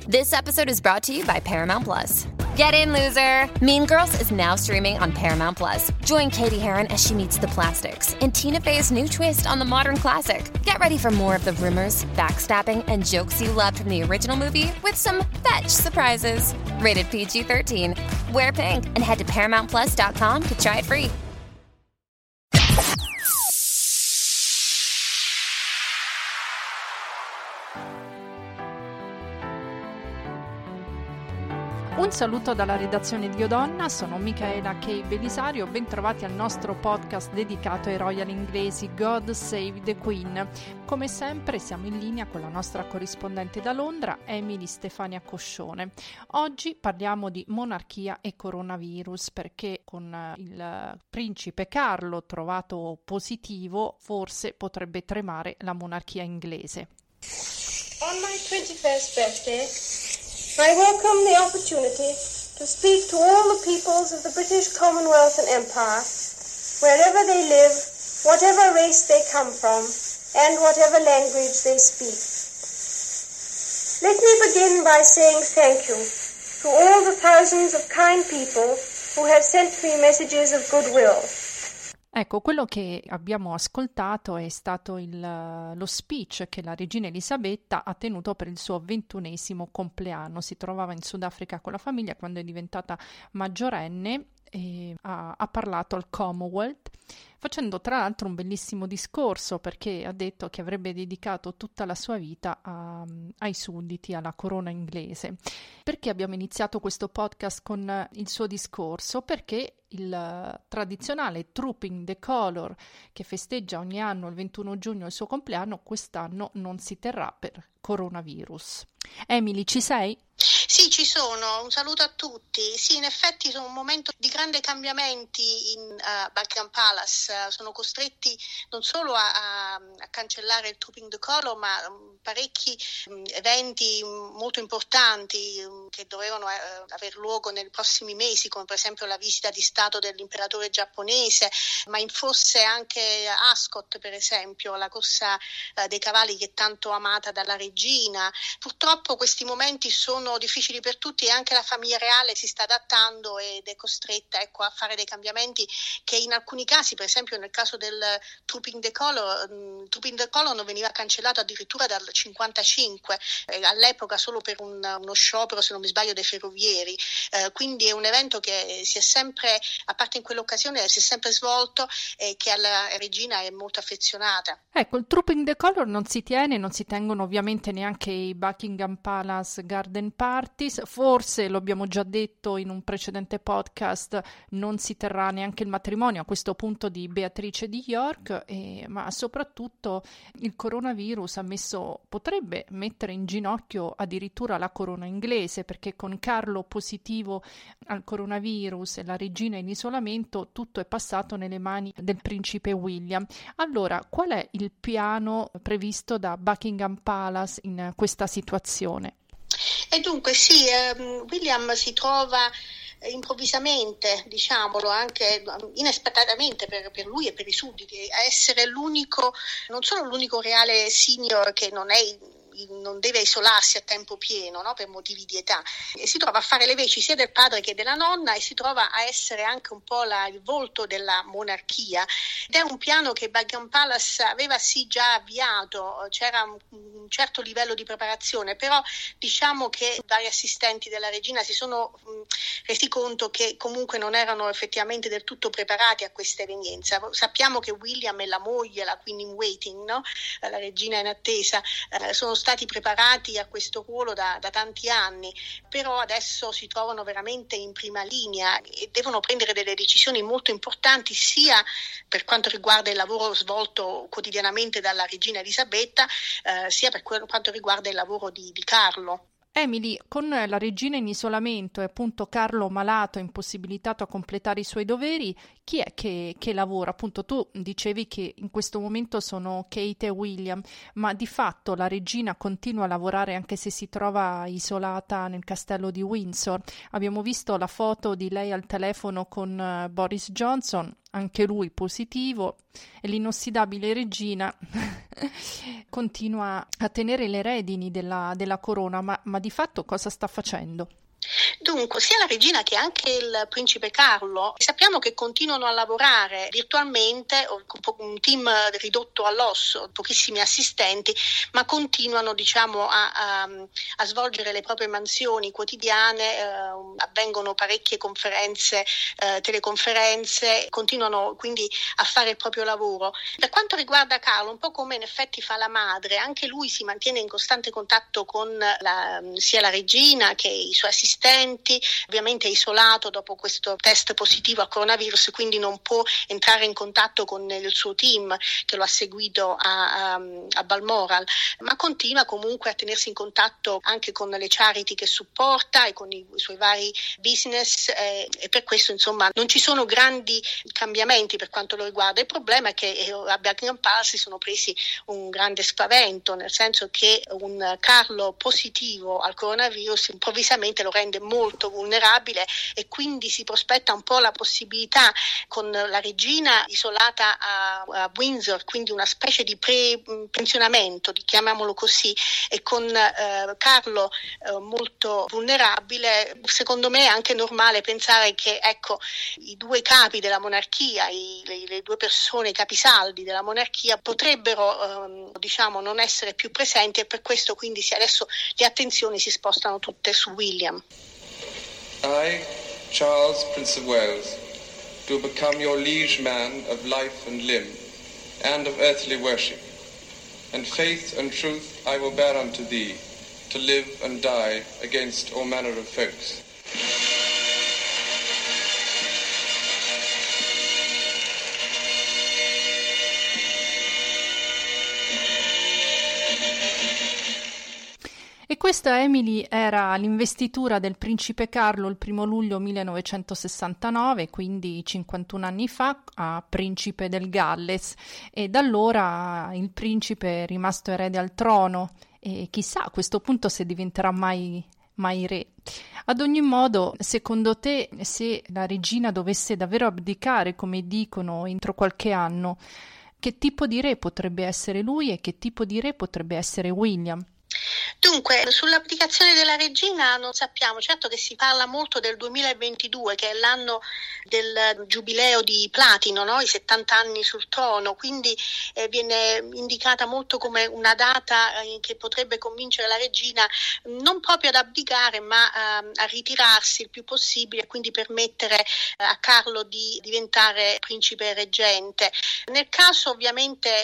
This episode is brought to you by Paramount Plus. Get in, loser! Mean Girls is now streaming on Paramount Plus. Join Katie Heron as she meets the plastics in Tina Fey's new twist on the modern classic. Get ready for more of the rumors, backstabbing, and jokes you loved from the original movie with some fetch surprises. Rated PG-13. Wear pink and head to ParamountPlus.com to try it free. Un saluto dalla redazione di Odonna, sono Michaela K. Belisario, bentrovati al nostro podcast dedicato ai royal inglesi God Save the Queen. Come sempre siamo in linea con la nostra corrispondente da Londra, Emily Stefania Coscione. Oggi parliamo di monarchia e coronavirus perché con il principe Carlo trovato positivo forse potrebbe tremare la monarchia inglese. On my 21st birthday, I welcome the opportunity to speak to all the peoples of the British Commonwealth and Empire, wherever they live, whatever race they come from, and whatever language they speak. Let me begin by saying thank you to all the thousands of kind people who have sent me messages of goodwill. Ecco, quello che abbiamo ascoltato è stato lo speech che la regina Elisabetta ha tenuto per il suo 21° compleanno. Si trovava in Sudafrica con la famiglia quando è diventata maggiorenne e ha parlato al Commonwealth, facendo tra l'altro un bellissimo discorso perché ha detto che avrebbe dedicato tutta la sua vita ai sudditi, alla corona inglese. Perché abbiamo iniziato questo podcast con il suo discorso? Perché il tradizionale Trooping the Colour che festeggia ogni anno il 21 giugno il suo compleanno quest'anno non si terrà per coronavirus. Emily, ci sei? Sì, ci sono, un saluto a tutti. Sì, in effetti sono un momento di grandi cambiamenti in Buckingham Palace. Sono costretti non solo a cancellare il Trooping the Colour, ma parecchi eventi molto importanti che dovevano aver luogo nei prossimi mesi, come per esempio la visita di Stato dell'imperatore giapponese, ma in forse anche Ascot, per esempio, la corsa dei cavalli che è tanto amata dalla regina. Purtroppo questi momenti sono difficili per tutti e anche la famiglia reale si sta adattando ed è costretta a fare dei cambiamenti che in alcuni casi, per esempio nel caso del Trooping the Colour, il Trooping the Colour non veniva cancellato addirittura dal 1955, all'epoca solo per uno sciopero, se non mi sbaglio, dei ferrovieri, quindi è un evento che si è sempre, a parte in quell'occasione, si è sempre svolto e che alla regina è molto affezionata. Ecco, il Trooping the Colour non si tengono ovviamente neanche i Buckingham Palace Garden Parties, forse lo abbiamo già detto in un precedente podcast, non si terrà neanche il matrimonio a questo punto di Beatrice di York, ma soprattutto il coronavirus potrebbe mettere in ginocchio addirittura la corona inglese, perché con Carlo positivo al coronavirus e la regina in isolamento tutto è passato nelle mani del principe William. Allora, qual è il piano previsto da Buckingham Palace in questa situazione? E dunque sì, William si trova improvvisamente, diciamolo, anche inaspettatamente per lui e per i sudditi, a essere non solo l'unico reale senior che non deve isolarsi a tempo pieno, no? Per motivi di età, e si trova a fare le veci sia del padre che della nonna e si trova a essere anche un po' il volto della monarchia, ed è un piano che Buckingham Palace aveva sì già avviato, c'era un certo livello di preparazione, però diciamo che vari assistenti della regina si sono resi conto che comunque non erano effettivamente del tutto preparati a questa evenienza. Sappiamo che William e la moglie, la Queen in Waiting, no? La regina in attesa, sono stati preparati a questo ruolo da tanti anni, però adesso si trovano veramente in prima linea e devono prendere delle decisioni molto importanti sia per quanto riguarda il lavoro svolto quotidianamente dalla regina Elisabetta, sia per quanto riguarda il lavoro di Carlo. Emily, con la regina in isolamento e appunto Carlo malato, impossibilitato a completare i suoi doveri, chi è che lavora? Appunto tu dicevi che in questo momento sono Kate e William, ma di fatto la regina continua a lavorare anche se si trova isolata nel castello di Windsor. Abbiamo visto la foto di lei al telefono con Boris Johnson anche lui positivo, e l'inossidabile regina continua a tenere le redini della corona, ma di fatto cosa sta facendo? Dunque, sia la regina che anche il principe Carlo sappiamo che continuano a lavorare virtualmente, con un team ridotto all'osso, pochissimi assistenti, ma continuano a svolgere le proprie mansioni quotidiane, avvengono parecchie conferenze, teleconferenze, continuano quindi a fare il proprio lavoro. Per quanto riguarda Carlo, un po' come in effetti fa la madre, anche lui si mantiene in costante contatto con sia la regina che i suoi assistenti. Ovviamente è isolato dopo questo test positivo al coronavirus, quindi non può entrare in contatto con il suo team che lo ha seguito a Balmoral, ma continua comunque a tenersi in contatto anche con le charity che supporta e con i suoi vari business, e per questo insomma non ci sono grandi cambiamenti per quanto lo riguarda. Il problema è che a Buckingham Palace si sono presi un grande spavento, nel senso che un Carlo positivo al coronavirus improvvisamente lo rende molto vulnerabile, e quindi si prospetta un po' la possibilità, con la regina isolata a Windsor, quindi una specie di pensionamento, chiamiamolo così, e con Carlo molto vulnerabile. Secondo me è anche normale pensare che i due capi della monarchia, le due persone, i capisaldi della monarchia, potrebbero non essere più presenti, e per questo quindi adesso le attenzioni si spostano tutte su William. I, Charles, Prince of Wales, do become your liege man of life and limb, and of earthly worship, and faith and truth I will bear unto thee, to live and die against all manner of folks. E questa, Emily, era l'investitura del principe Carlo il 1 luglio 1969, quindi 51 anni fa, a principe del Galles, e da allora il principe è rimasto erede al trono, e chissà a questo punto se diventerà mai re. Ad ogni modo, secondo te, se la regina dovesse davvero abdicare, come dicono, entro qualche anno, che tipo di re potrebbe essere lui e che tipo di re potrebbe essere William? Dunque, sull'abdicazione della regina non sappiamo. Certo che si parla molto del 2022, che è l'anno del giubileo di platino, no? I 70 anni sul trono, quindi viene indicata molto come una data che potrebbe convincere la regina non proprio ad abdicare, ma a ritirarsi il più possibile, e quindi permettere a Carlo di diventare principe reggente. Nel caso, ovviamente,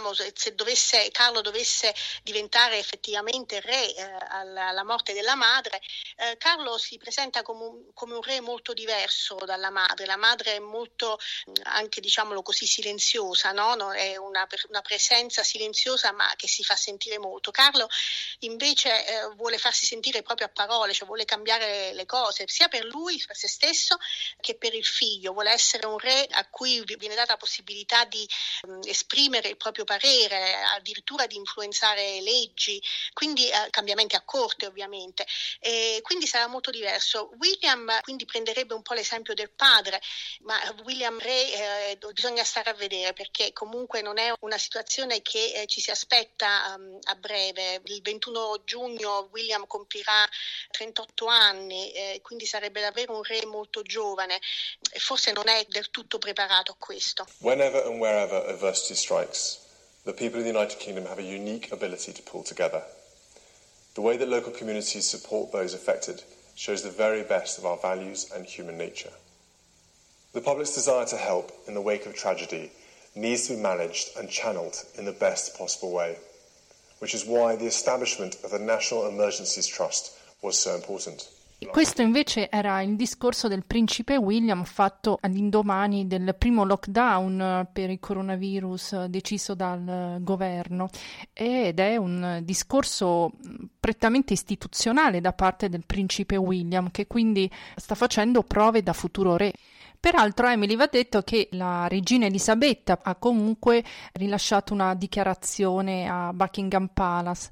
se Carlo dovesse diventare effettivamente re alla morte della madre, Carlo si presenta come un re molto diverso dalla madre. La madre è molto, anche diciamolo così, silenziosa, no? È una presenza silenziosa ma che si fa sentire molto. Carlo invece vuole farsi sentire proprio a parole, cioè vuole cambiare le cose, sia per lui, per se stesso, che per il figlio. Vuole essere un re a cui viene data la possibilità di esprimere il proprio parere, addirittura di influenzare leggi, quindi cambiamenti a corte ovviamente, e quindi sarà molto diverso. William quindi prenderebbe un po' l'esempio del padre, ma William re bisogna stare a vedere, perché comunque non è una situazione che ci si aspetta a breve. Il 21 giugno William compirà 38 anni, quindi sarebbe davvero un re molto giovane, e forse non è del tutto preparato a questo. Whenever and wherever adversity strikes, the people of the United Kingdom have a unique ability to pull together. The way that local communities support those affected shows the very best of our values and human nature. The public's desire to help in the wake of tragedy needs to be managed and channeled in the best possible way, which is why the establishment of the National Emergencies Trust was so important. Questo invece era il discorso del principe William fatto all'indomani del primo lockdown per il coronavirus deciso dal governo, ed è un discorso prettamente istituzionale da parte del principe William, che quindi sta facendo prove da futuro re. Peraltro, Emily, va detto che la regina Elisabetta ha comunque rilasciato una dichiarazione a Buckingham Palace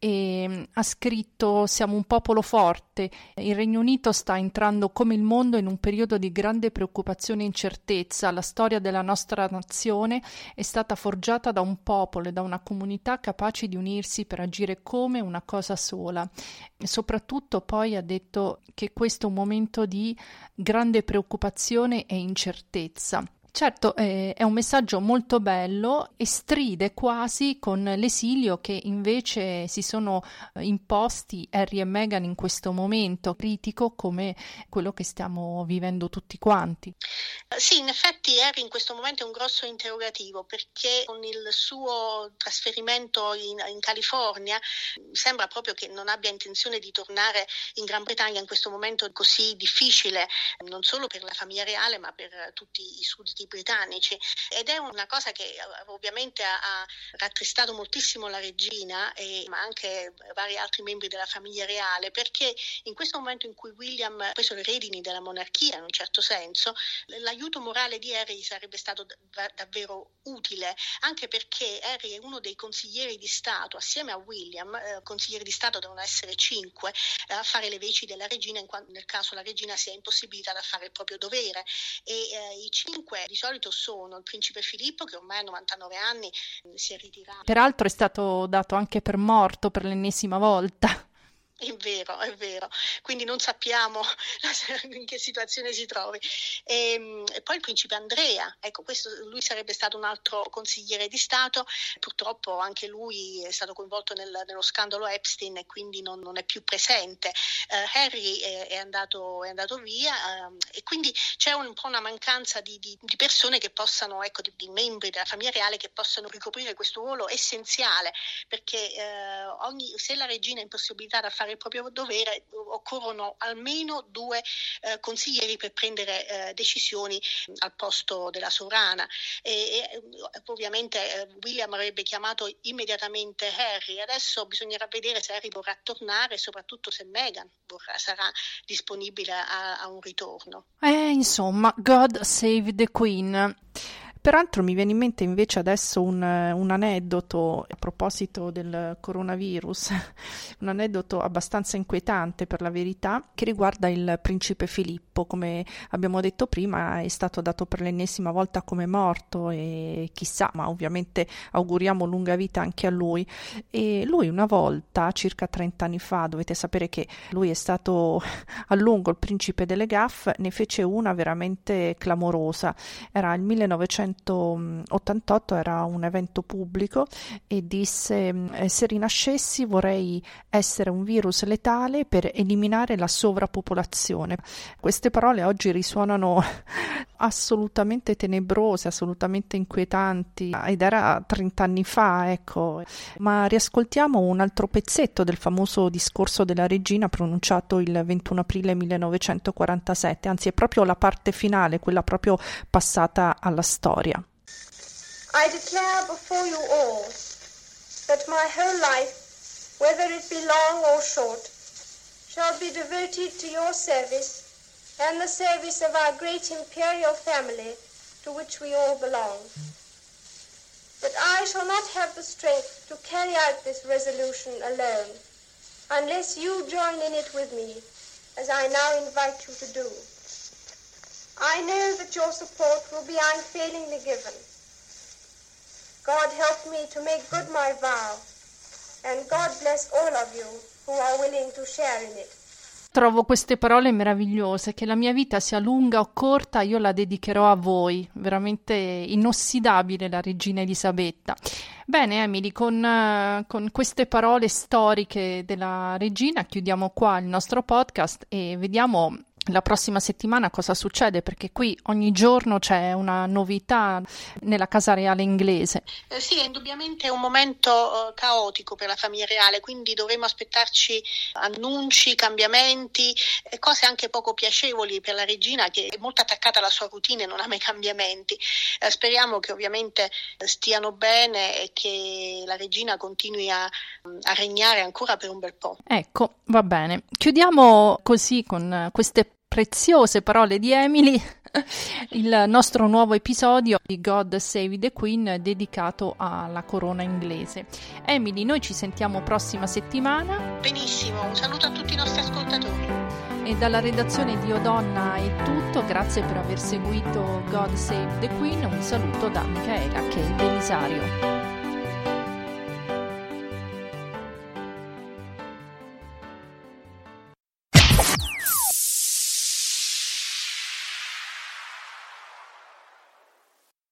e ha scritto: siamo un popolo forte, il Regno Unito sta entrando come il mondo in un periodo di grande preoccupazione e incertezza, la storia della nostra nazione è stata forgiata da un popolo e da una comunità capaci di unirsi per agire come una cosa sola. E soprattutto poi ha detto che questo è un momento di grande preoccupazione e incertezza. Certo, è un messaggio molto bello e stride quasi con l'esilio che invece si sono imposti Harry e Meghan in questo momento critico come quello che stiamo vivendo tutti quanti. Sì, in effetti Harry in questo momento è un grosso interrogativo, perché con il suo trasferimento in California sembra proprio che non abbia intenzione di tornare in Gran Bretagna in questo momento così difficile, non solo per la famiglia reale ma per tutti i sudditi britannici, ed è una cosa che ovviamente ha rattristato moltissimo la regina ma anche vari altri membri della famiglia reale, perché in questo momento in cui William ha preso le redini della monarchia in un certo senso, l'aiuto morale di Harry sarebbe stato davvero utile, anche perché Harry è uno dei consiglieri di Stato assieme a William, consiglieri di Stato devono essere 5, a fare le veci della regina nel caso la regina sia impossibilitata a fare il proprio dovere, e i 5 di solito sono il principe Filippo, che ormai ha 99 anni, si è ritirato. Peraltro è stato dato anche per morto per l'ennesima volta. È vero, quindi non sappiamo in che situazione si trovi. E poi il principe Andrea, ecco, lui sarebbe stato un altro consigliere di Stato, purtroppo anche lui è stato coinvolto nello scandalo Epstein e quindi non è più presente. Harry è andato via, e quindi c'è un po' una mancanza di persone che possano, ecco, di membri della famiglia reale che possano ricoprire questo ruolo essenziale, perché se la regina è impossibilitata a fare il proprio dovere, occorrono almeno 2 consiglieri per prendere decisioni al posto della sovrana, e ovviamente William avrebbe chiamato immediatamente Harry. Adesso bisognerà vedere se Harry vorrà tornare e soprattutto se Meghan sarà disponibile a un ritorno. Insomma, God save the Queen. Peraltro mi viene in mente invece adesso un aneddoto a proposito del coronavirus, un aneddoto abbastanza inquietante per la verità, che riguarda il principe Filippo. Come abbiamo detto prima, è stato dato per l'ennesima volta come morto e chissà, ma ovviamente auguriamo lunga vita anche a lui. E lui una volta, circa 30 anni fa, dovete sapere che lui è stato a lungo il principe delle gaffe, ne fece una veramente clamorosa. Era il 1988, era un evento pubblico e disse: se rinascessi vorrei essere un virus letale per eliminare la sovrappopolazione. Queste parole oggi risuonano assolutamente tenebrose, assolutamente inquietanti, ed era 30 anni fa, ecco. Ma riascoltiamo un altro pezzetto del famoso discorso della regina pronunciato il 21 aprile 1947, anzi è proprio la parte finale, quella proprio passata alla storia. I declare before you all that my whole life, whether it be long or short, shall be devoted to your service and the service of our great imperial family to which we all belong. But I shall not have the strength to carry out this resolution alone, unless you join in it with me, as I now invite you to do. I know that your support will be unfailingly given. God help me to make good my vow, and God bless all of you who are willing to share in it. Trovo queste parole meravigliose: che la mia vita sia lunga o corta, io la dedicherò a voi. Veramente inossidabile la regina Elisabetta. Bene, Emily, con queste parole storiche della regina chiudiamo qua il nostro podcast e vediamo la prossima settimana cosa succede, perché qui ogni giorno c'è una novità nella casa reale inglese. Sì, è indubbiamente un momento caotico per la famiglia reale, quindi dovremo aspettarci annunci, cambiamenti, cose anche poco piacevoli per la regina, che è molto attaccata alla sua routine e non ama i cambiamenti. Speriamo che ovviamente stiano bene e che la regina continui a regnare ancora per un bel po'. Ecco, va bene. Chiudiamo così con queste preziose parole di Emily, il nostro nuovo episodio di God Save the Queen dedicato alla corona inglese. Emily, noi ci sentiamo prossima settimana. Benissimo, un saluto a tutti i nostri ascoltatori. E dalla redazione di Odonna è tutto, grazie per aver seguito God Save the Queen, un saluto da Michaela Kay Belisario.